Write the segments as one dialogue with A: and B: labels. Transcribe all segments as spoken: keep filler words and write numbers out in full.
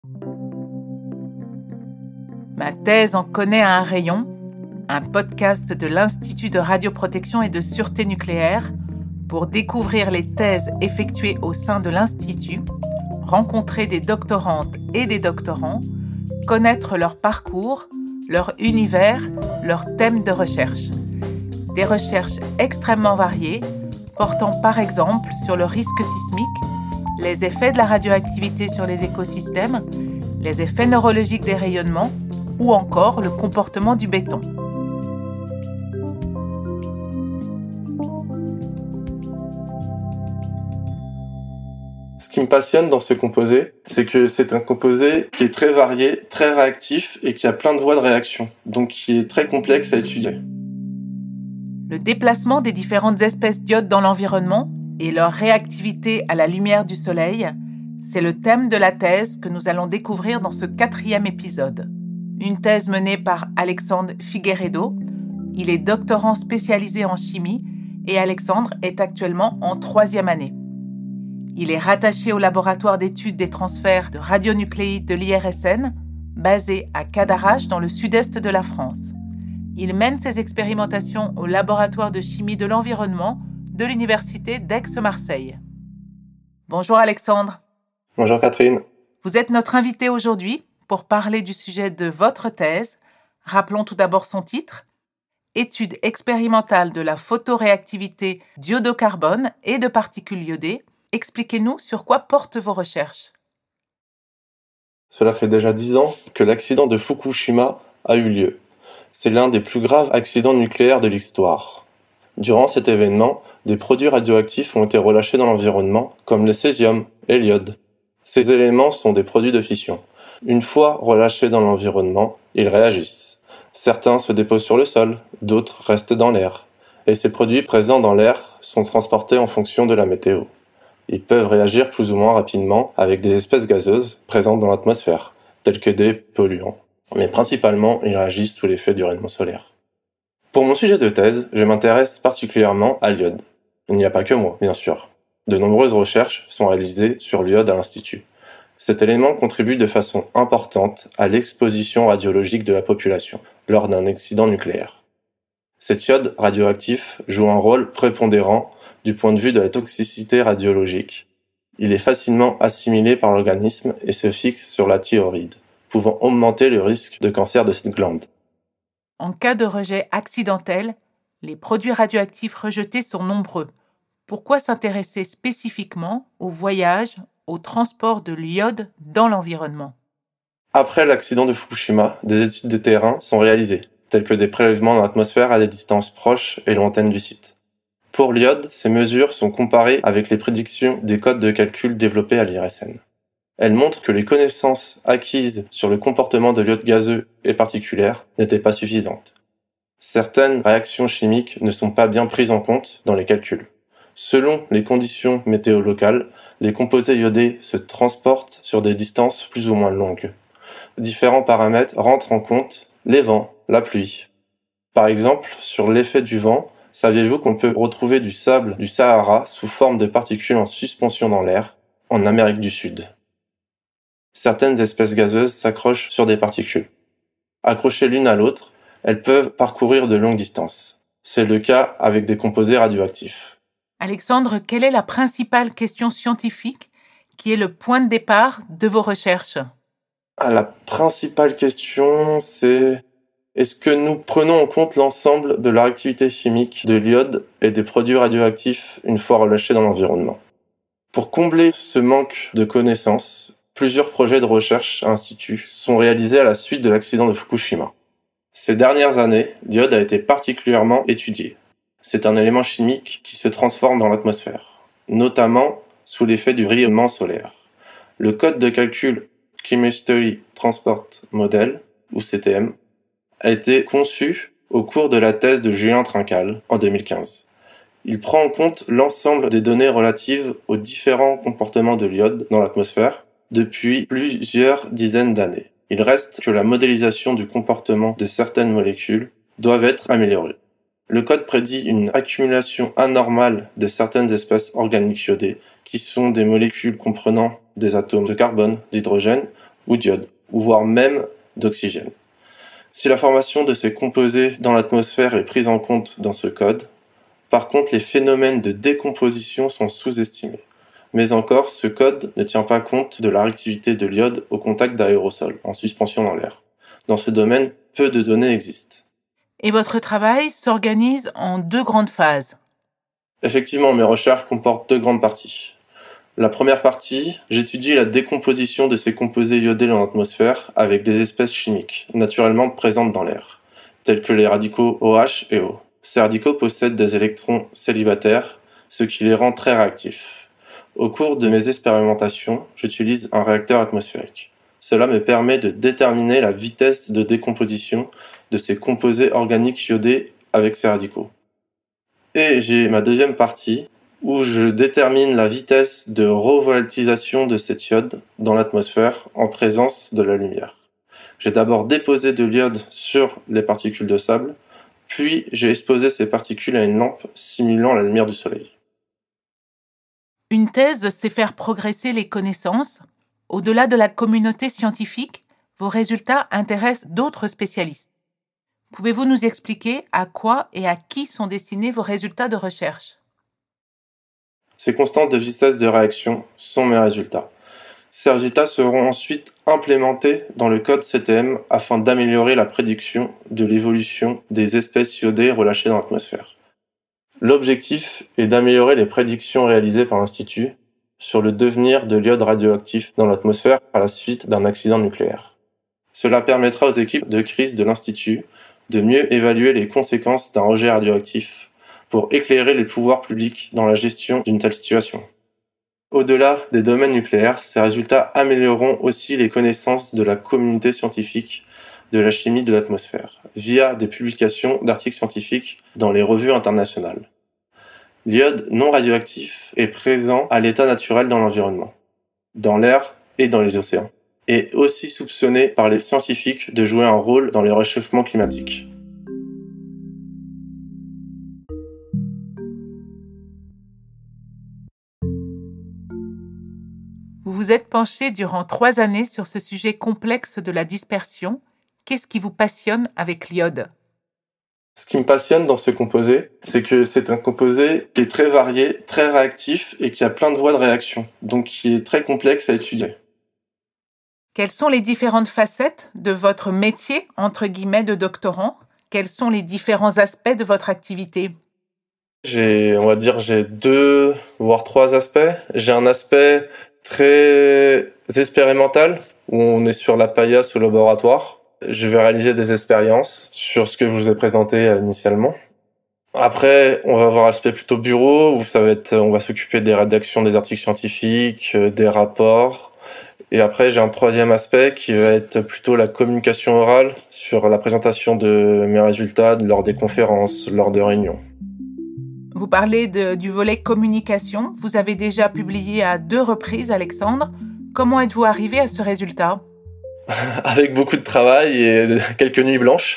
A: Ma thèse en connaît un rayon, un podcast de l'Institut de radioprotection et de sûreté nucléaire pour découvrir les thèses effectuées au sein de l'Institut, rencontrer des doctorantes et des doctorants, connaître leur parcours, leur univers, leurs thèmes de recherche. Des recherches extrêmement variées, portant par exemple sur le risque sismique, les effets de la radioactivité sur les écosystèmes, les effets neurologiques des rayonnements ou encore le comportement du béton.
B: Ce qui me passionne dans ce composé, c'est que c'est un composé qui est très varié, très réactif et qui a plein de voies de réaction, donc qui est très complexe à étudier.
A: Le déplacement des différentes espèces d'iode dans l'environnement et leur réactivité à la lumière du soleil, c'est le thème de la thèse que nous allons découvrir dans ce quatrième épisode. Une thèse menée par Alexandre Figueiredo. Il est doctorant spécialisé en chimie et Alexandre est actuellement en troisième année. Il est rattaché au laboratoire d'études des transferts de radionucléides de l'I R S N, basé à Cadarache dans le sud-est de la France. Il mène ses expérimentations au laboratoire de chimie de l'environnement de l'Université d'Aix-Marseille. Bonjour Alexandre.
B: Bonjour Catherine.
A: Vous êtes notre invité aujourd'hui pour parler du sujet de votre thèse. Rappelons tout d'abord son titre. Étude expérimentale de la photoréactivité d'iodocarbone et de particules iodées. Expliquez-nous sur quoi portent vos recherches.
B: Cela fait déjà dix ans que l'accident de Fukushima a eu lieu. C'est l'un des plus graves accidents nucléaires de l'histoire. Durant cet événement, des produits radioactifs ont été relâchés dans l'environnement, comme le césium et l'iode. Ces éléments sont des produits de fission. Une fois relâchés dans l'environnement, ils réagissent. Certains se déposent sur le sol, d'autres restent dans l'air. Et ces produits présents dans l'air sont transportés en fonction de la météo. Ils peuvent réagir plus ou moins rapidement avec des espèces gazeuses présentes dans l'atmosphère, telles que des polluants. Mais principalement, ils réagissent sous l'effet du rayonnement solaire. Pour mon sujet de thèse, je m'intéresse particulièrement à l'iode. Il n'y a pas que moi, bien sûr. De nombreuses recherches sont réalisées sur l'iode à l'Institut. Cet élément contribue de façon importante à l'exposition radiologique de la population lors d'un accident nucléaire. Cet iode radioactif joue un rôle prépondérant du point de vue de la toxicité radiologique. Il est facilement assimilé par l'organisme et se fixe sur la thyroïde, pouvant augmenter le risque de cancer de cette glande.
A: En cas de rejet accidentel, les produits radioactifs rejetés sont nombreux. Pourquoi s'intéresser spécifiquement au voyage, au transport de l'iode dans l'environnement ?
B: Après l'accident de Fukushima, des études de terrain sont réalisées, telles que des prélèvements dans l'atmosphère à des distances proches et lointaines du site. Pour l'iode, ces mesures sont comparées avec les prédictions des codes de calcul développés à l'I R S N. Elles montrent que les connaissances acquises sur le comportement de l'iode gazeux et particulaire n'étaient pas suffisantes. Certaines réactions chimiques ne sont pas bien prises en compte dans les calculs. Selon les conditions météo locales, les composés iodés se transportent sur des distances plus ou moins longues. Différents paramètres rentrent en compte les vents, la pluie. Par exemple, sur l'effet du vent, saviez-vous qu'on peut retrouver du sable du Sahara sous forme de particules en suspension dans l'air, en Amérique du Sud? Certaines espèces gazeuses s'accrochent sur des particules. Accrochées l'une à l'autre, elles peuvent parcourir de longues distances. C'est le cas avec des composés radioactifs.
A: Alexandre, quelle est la principale question scientifique qui est le point de départ de vos recherches ?
B: Ah, la principale question, c'est: est-ce que nous prenons en compte l'ensemble de la réactivité chimique de l'iode et des produits radioactifs une fois relâchés dans l'environnement? Pour combler ce manque de connaissances, plusieurs projets de recherche à l'Institut sont réalisés à la suite de l'accident de Fukushima. Ces dernières années, l'iode a été particulièrement étudié. C'est un élément chimique qui se transforme dans l'atmosphère, notamment sous l'effet du rayonnement solaire. Le code de calcul Chemistry Transport Model, ou C T M, a été conçu au cours de la thèse de Julien Trincal en deux mille quinze. Il prend en compte l'ensemble des données relatives aux différents comportements de l'iode dans l'atmosphère depuis plusieurs dizaines d'années. Il reste que la modélisation du comportement de certaines molécules doit être améliorée. Le code prédit une accumulation anormale de certaines espèces organiques iodées, qui sont des molécules comprenant des atomes de carbone, d'hydrogène ou d'iode, ou voire même d'oxygène. Si la formation de ces composés dans l'atmosphère est prise en compte dans ce code, par contre les phénomènes de décomposition sont sous-estimés. Mais encore, ce code ne tient pas compte de la réactivité de l'iode au contact d'aérosols, en suspension dans l'air. Dans ce domaine, peu de données existent.
A: Et votre travail s'organise en deux grandes phases.
B: Effectivement, mes recherches comportent deux grandes parties. La première partie, j'étudie la décomposition de ces composés iodés dans l'atmosphère avec des espèces chimiques, naturellement présentes dans l'air, telles que les radicaux OH et O. Ces radicaux possèdent des électrons célibataires, ce qui les rend très réactifs. Au cours de mes expérimentations, j'utilise un réacteur atmosphérique. Cela me permet de déterminer la vitesse de décomposition de ces composés organiques iodés avec ces radicaux. Et j'ai ma deuxième partie où je détermine la vitesse de revolatilisation de cet iode dans l'atmosphère en présence de la lumière. J'ai d'abord déposé de l'iode sur les particules de sable, puis j'ai exposé ces particules à une lampe simulant la lumière du soleil.
A: Une thèse, c'est faire progresser les connaissances. Au-delà de la communauté scientifique, vos résultats intéressent d'autres spécialistes. Pouvez-vous nous expliquer à quoi et à qui sont destinés vos résultats de recherche ?
B: Ces constantes de vitesse de réaction sont mes résultats. Ces résultats seront ensuite implémentés dans le code C T M afin d'améliorer la prédiction de l'évolution des espèces iodées relâchées dans l'atmosphère. L'objectif est d'améliorer les prédictions réalisées par l'Institut sur le devenir de l'iode radioactif dans l'atmosphère à la suite d'un accident nucléaire. Cela permettra aux équipes de crise de l'Institut de mieux évaluer les conséquences d'un rejet radioactif pour éclairer les pouvoirs publics dans la gestion d'une telle situation. Au-delà des domaines nucléaires, ces résultats amélioreront aussi les connaissances de la communauté scientifique de la chimie de l'atmosphère, via des publications d'articles scientifiques dans les revues internationales. L'iode non radioactif est présent à l'état naturel dans l'environnement, dans l'air et dans les océans, et aussi soupçonné par les scientifiques de jouer un rôle dans le réchauffement climatique.
A: Vous vous êtes penché durant trois années sur ce sujet complexe de la dispersion. Qu'est-ce qui vous passionne avec l'iode ?
B: Ce qui me passionne dans ce composé, c'est que c'est un composé qui est très varié, très réactif et qui a plein de voies de réaction, donc qui est très complexe à étudier.
A: Quelles sont les différentes facettes de votre métier, entre guillemets, de doctorant ? Quels sont les différents aspects de votre activité ?
B: J'ai, on va dire, j'ai deux, voire trois aspects. J'ai un aspect très expérimental, où on est sur la paillasse au laboratoire. Je vais réaliser des expériences sur ce que je vous ai présenté initialement. Après, on va avoir l'aspect plutôt bureau, où ça va être, on va s'occuper des rédactions des articles scientifiques, des rapports. Et après, j'ai un troisième aspect qui va être plutôt la communication orale sur la présentation de mes résultats lors des conférences, lors de réunions.
A: Vous parlez de, du volet communication. Vous avez déjà publié à deux reprises, Alexandre. Comment êtes-vous arrivé à ce résultat ?
B: Avec beaucoup de travail et quelques nuits blanches.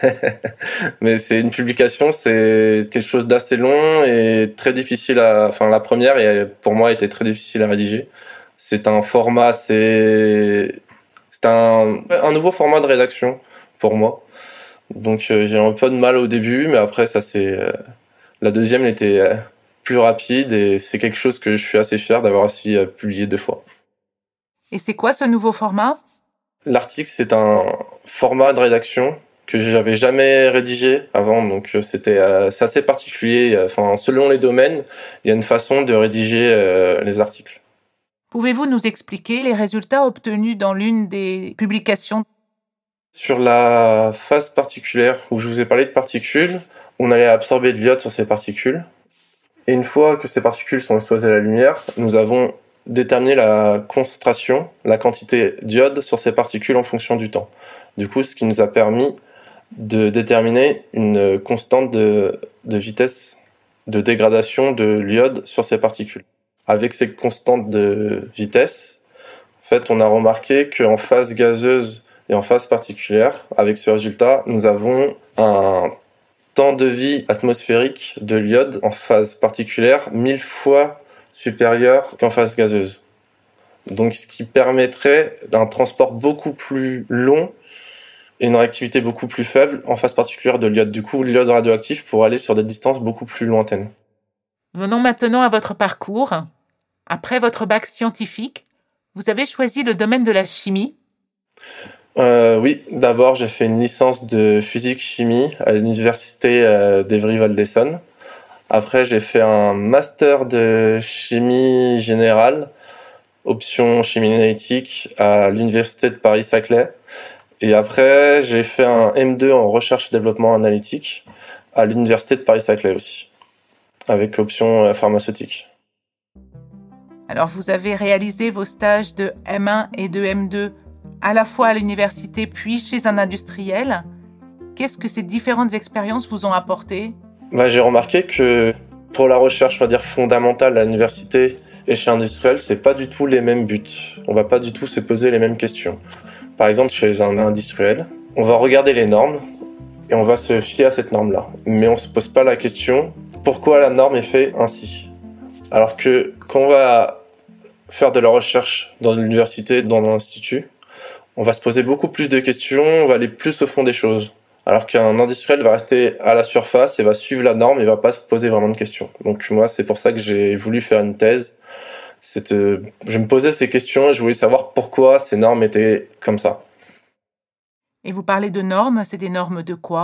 B: Mais c'est une publication, c'est quelque chose d'assez long et très difficile à... Enfin, la première, et pour moi, était très difficile à rédiger. C'est un format, c'est... C'est un, un nouveau format de rédaction pour moi. Donc, euh, j'ai un peu de mal au début, mais après, ça c'est... Euh... La deuxième était euh, plus rapide et c'est quelque chose que je suis assez fier d'avoir aussi euh, publié deux fois.
A: Et c'est quoi ce nouveau format ?
B: L'article, c'est un format de rédaction que j'avais jamais rédigé avant, donc c'était euh, c'est assez particulier. Enfin, selon les domaines, il y a une façon de rédiger euh, les articles.
A: Pouvez-vous nous expliquer les résultats obtenus dans l'une des publications ?
B: Sur la phase particulière où je vous ai parlé de particules, on allait absorber de l'iode sur ces particules. Et une fois que ces particules sont exposées à la lumière, nous avons déterminé la concentration, la quantité d'iode sur ces particules en fonction du temps. Du coup, ce qui nous a permis de déterminer une constante de, de vitesse de dégradation de l'iode sur ces particules. Avec ces constantes de vitesse, en fait, on a remarqué qu'en phase gazeuse et en phase particulière, avec ce résultat, nous avons un temps de vie atmosphérique de l'iode en phase particulière mille fois supérieur qu'en phase gazeuse. donc ce qui permettrait d'un transport beaucoup plus long et une réactivité beaucoup plus faible en phase particulière de l'iode. Du coup, l'iode radioactif pour aller sur des distances beaucoup plus lointaines.
A: Venons maintenant à votre parcours. Après votre bac scientifique, vous avez choisi le domaine de la chimie.
B: Euh, oui, d'abord j'ai fait une licence de physique-chimie à l'université euh, d'Evry-Val d'Essonne. Après j'ai fait un master de chimie générale, option chimie analytique à l'université de Paris-Saclay. Et après j'ai fait un M deux en recherche et développement analytique à l'université de Paris-Saclay aussi, avec option euh, pharmaceutique.
A: Alors vous avez réalisé vos stages de M un et de M deux à la fois à l'université puis chez un industriel. Qu'est-ce que ces différentes expériences vous ont apporté ?
B: Bah, j'ai remarqué que pour la recherche, on va dire fondamentale à l'université et chez industriel, c'est pas du tout les mêmes buts. On va pas du tout se poser les mêmes questions. Par exemple, chez un industriel, on va regarder les normes et on va se fier à cette norme-là. Mais on se pose pas la question pourquoi la norme est faite ainsi. Alors que quand on va faire de la recherche dans une université, dans un institut, on va se poser beaucoup plus de questions, on va aller plus au fond des choses. Alors qu'un industriel va rester à la surface et va suivre la norme et va pas se poser vraiment de questions. Donc moi, c'est pour ça que j'ai voulu faire une thèse. C'est de... Je me posais ces questions et je voulais savoir pourquoi ces normes étaient comme ça.
A: Et vous parlez de normes, c'est des normes de quoi ?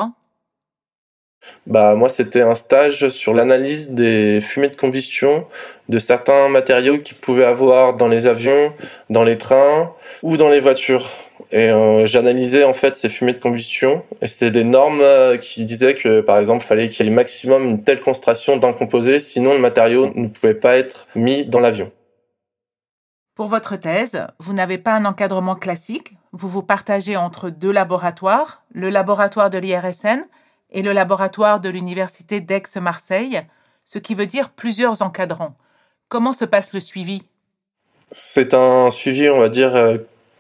B: Bah, moi, c'était un stage sur l'analyse des fumées de combustion de certains matériaux qu'ils pouvaient avoir dans les avions, dans les trains ou dans les voitures. Et euh, j'analysais en fait ces fumées de combustion et c'était des normes euh, qui disaient que par exemple il fallait qu'il y ait maximum une telle concentration d'un composé, sinon le matériau ne pouvait pas être mis dans l'avion.
A: Pour votre thèse, vous n'avez pas un encadrement classique, vous vous partagez entre deux laboratoires, le laboratoire de l'I R S N et le laboratoire de l'Université d'Aix-Marseille, ce qui veut dire plusieurs encadrants. Comment se passe le suivi ?
B: C'est un suivi, on va dire, euh,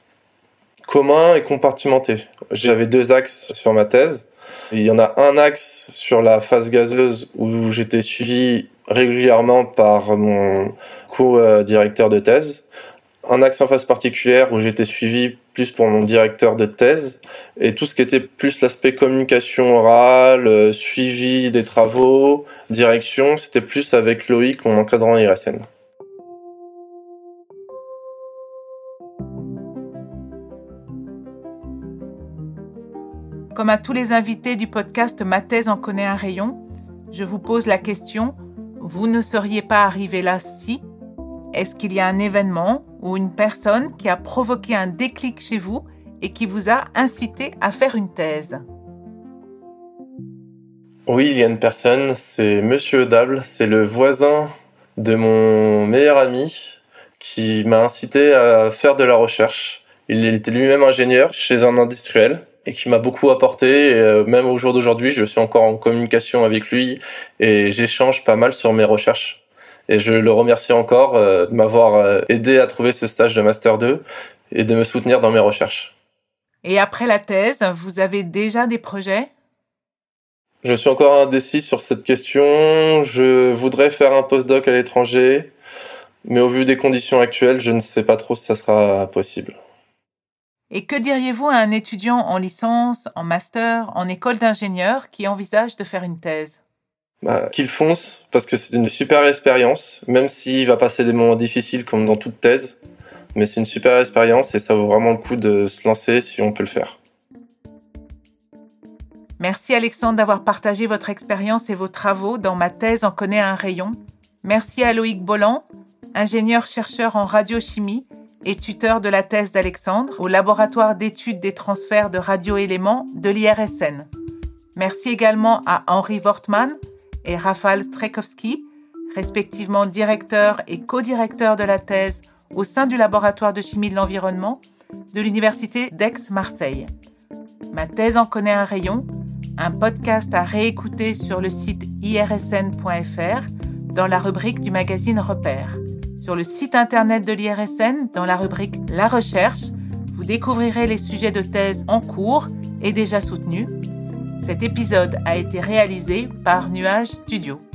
B: commun et compartimenté. J'avais deux axes sur ma thèse. Il y en a un axe sur la phase gazeuse où j'étais suivi régulièrement par mon co-directeur de thèse. Un axe en phase particulière où j'étais suivi plus pour mon directeur de thèse et tout ce qui était plus l'aspect communication orale, suivi des travaux, direction, c'était plus avec Loïc, mon encadrant I R S N.
A: Comme à tous les invités du podcast Ma thèse en connaît un rayon, je vous pose la question, vous ne seriez pas arrivé là si ? Est-ce qu'il y a un événement ou une personne qui a provoqué un déclic chez vous et qui vous a incité à faire une thèse ?
B: Oui, il y a une personne, c'est Monsieur Dable, c'est le voisin de mon meilleur ami qui m'a incité à faire de la recherche. Il était lui-même ingénieur chez un industriel et qui m'a beaucoup apporté. Et euh, même au jour d'aujourd'hui, je suis encore en communication avec lui et j'échange pas mal sur mes recherches. Et je le remercie encore euh, de m'avoir euh, aidé à trouver ce stage de Master deux et de me soutenir dans mes recherches.
A: Et après la thèse, vous avez déjà des projets ?
B: Je suis encore indécis sur cette question. Je voudrais faire un postdoc à l'étranger, mais au vu des conditions actuelles, je ne sais pas trop si ça sera possible.
A: Et que diriez-vous à un étudiant en licence, en master, en école d'ingénieur qui envisage de faire une thèse ?
B: Bah, qu'il fonce, parce que c'est une super expérience, même s'il va passer des moments difficiles comme dans toute thèse, mais c'est une super expérience et ça vaut vraiment le coup de se lancer si on peut le faire.
A: Merci Alexandre d'avoir partagé votre expérience et vos travaux dans Ma thèse en connaît un rayon. Merci à Loïc Bolland, ingénieur-chercheur en radiochimie et tuteur de la thèse d'Alexandre au laboratoire d'études des transferts de radioéléments de l'I R S N. Merci également à Henri Wortmann et Rafał Strekowski, respectivement directeur et co-directeur de la thèse au sein du laboratoire de chimie de l'environnement de l'Université d'Aix-Marseille. Ma thèse en connaît un rayon, un podcast à réécouter sur le site i r s n point f r dans la rubrique du magazine Repères. Sur le site internet de l'I R S N, dans la rubrique La Recherche, vous découvrirez les sujets de thèse en cours et déjà soutenus. Cet épisode a été réalisé par Nuage Studio.